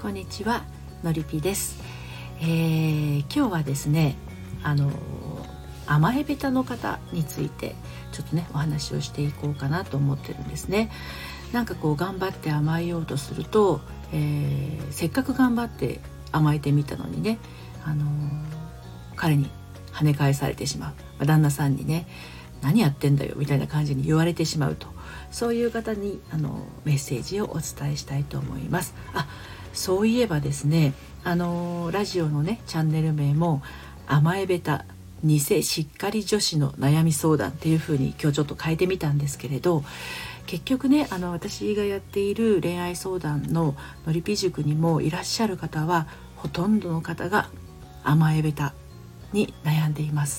こんにちは、のりぴです。今日はですね、甘え下手の方についてちょっとねお話をしていこうかなと思ってるんですね。なんかこう頑張って甘えようとすると、せっかく頑張って甘えてみたのにね、彼に跳ね返されてしまう、旦那さんにね何やってんだよみたいな感じに言われてしまうと、そういう方にメッセージをお伝えしたいと思います。そういえばですね、ラジオのねチャンネル名も甘え下手偽しっかり女子の悩み相談っていう風に今日ちょっと変えてみたんですけれど、結局ね私がやっている恋愛相談ののりぴ塾にもいらっしゃる方はほとんどの方が甘え下手に悩んでいます。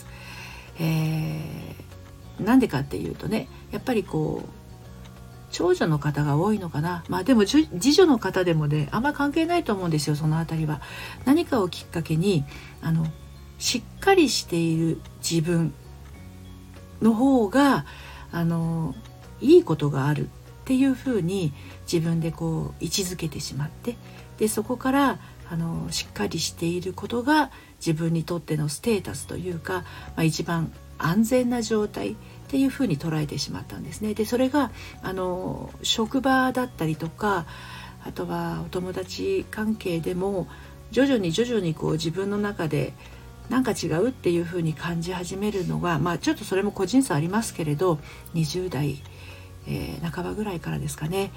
なんでかっていうとね、やっぱりこう長女の方が多いのかな。でも次女の方でもねあんま関係ないと思うんですよ。そのあたりは何かをきっかけにしっかりしている自分の方がいいことがあるっていうふうに自分でこう位置づけてしまって、でそこからしっかりしていることが自分にとってのステータスというか、一番安全な状態っていうふうに捉えてしまったんですね。でそれが職場だったりとか、あとはお友達関係でも徐々にこう自分の中でなんか違うっていうふうに感じ始めるのが、ちょっとそれも個人差ありますけれど20代、半ばぐらいからですかね。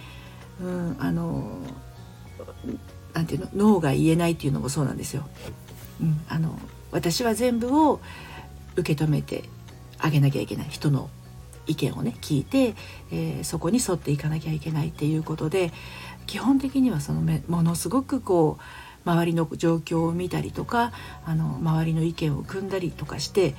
なんていうの、脳が言えないっていうのもそうなんですよ。私は全部を受け止めてあげなきゃいけない、人の意見をね聞いて、そこに沿っていかなきゃいけないっていうことで、基本的にはものすごくこう周りの状況を見たりとか周りの意見を汲んだりとかして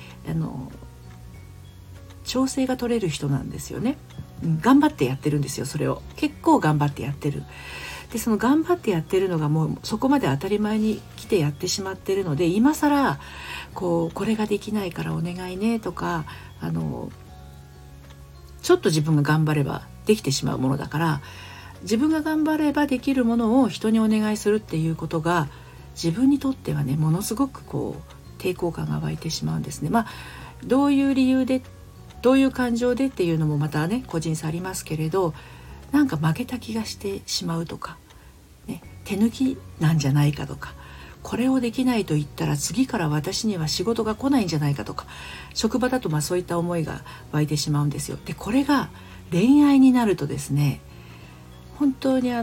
調整が取れる人なんですよね。頑張ってやってるんですよ。それを結構頑張ってやってる。でその頑張ってやってるのがもうそこまで当たり前に来てやってしまってるので、今更これができないからお願いねとかちょっと自分が頑張ればできてしまうものだから、自分が頑張ればできるものを人にお願いするっていうことが自分にとってはねものすごくこう抵抗感が湧いてしまうんですね。どういう理由でどういう感情でっていうのもまたね個人差ありますけれど、なんか負けた気がしてしまうとか、手抜きなんじゃないかとか、これをできないと言ったら次から私には仕事が来ないんじゃないかとか、職場だとそういった思いが湧いてしまうんですよ。でこれが恋愛になるとですね、本当に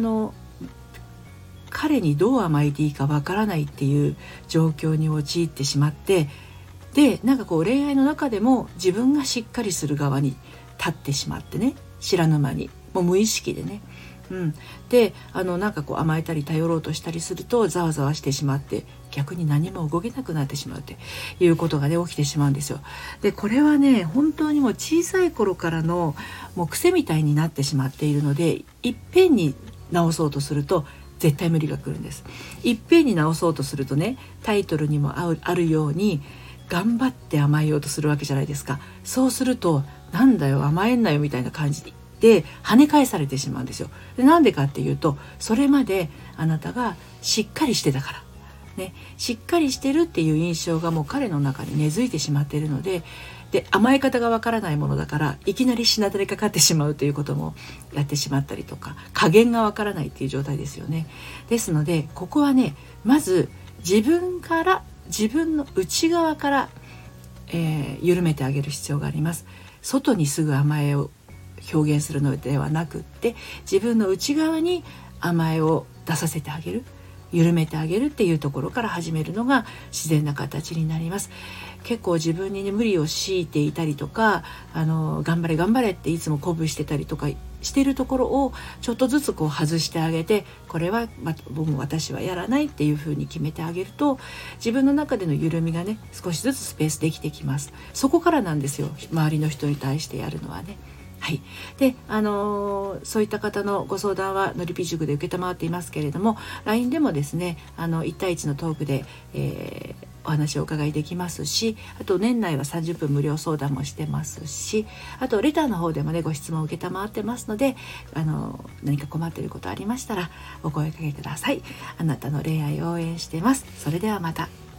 彼にどう甘えていいかわからないっていう状況に陥ってしまって、でなんかこう恋愛の中でも自分がしっかりする側に立ってしまってね、知らぬ間にもう無意識でね、でなんかこう甘えたり頼ろうとしたりするとざわざわしてしまって逆に何も動けなくなってしまうっていうことがね起きてしまうんですよ。でこれはね本当にもう小さい頃からのもう癖みたいになってしまっているので、いっぺんに直そうとすると絶対無理が来るんです。いっぺんに直そうとするとね、タイトルにもあるように頑張って甘えようとするわけじゃないですか。そうするとなんだよ甘えんなよみたいな感じで跳ね返されてしまうんですよ。でなんでかっていうと、それまであなたがしっかりしてたからね、しっかりしてるっていう印象がもう彼の中に根付いてしまっているので、甘え方がわからないものだからいきなりしなだれかかってしまうということもやってしまったりとか、加減がわからないっていう状態ですよね。ですのでここはね、まず自分の内側から、緩めてあげる必要があります。外にすぐ甘えを表現するのではなくって、自分の内側に甘えを出させてあげる、緩めてあげるっていうところから始めるのが自然な形になります。結構自分に、無理を強いていたりとか頑張れ頑張れっていつも鼓舞してたりとかしているところをちょっとずつこう外してあげて、これは僕も私はやらないっていうふうに決めてあげると、自分の中での緩みがね少しずつスペースできてきます。そこからなんですよ、周りの人に対してやるのはね。 はい、で、そういった方のご相談はのりぴ塾で承っていますけれども、 LINE でもですね1対1のトークで、お話をお伺いできますし、あと年内は30分無料相談もしてますし、あとレターの方でもねご質問を承ってますので、何か困っていることありましたらお声かけください。あなたの恋愛を応援してます。それではまた。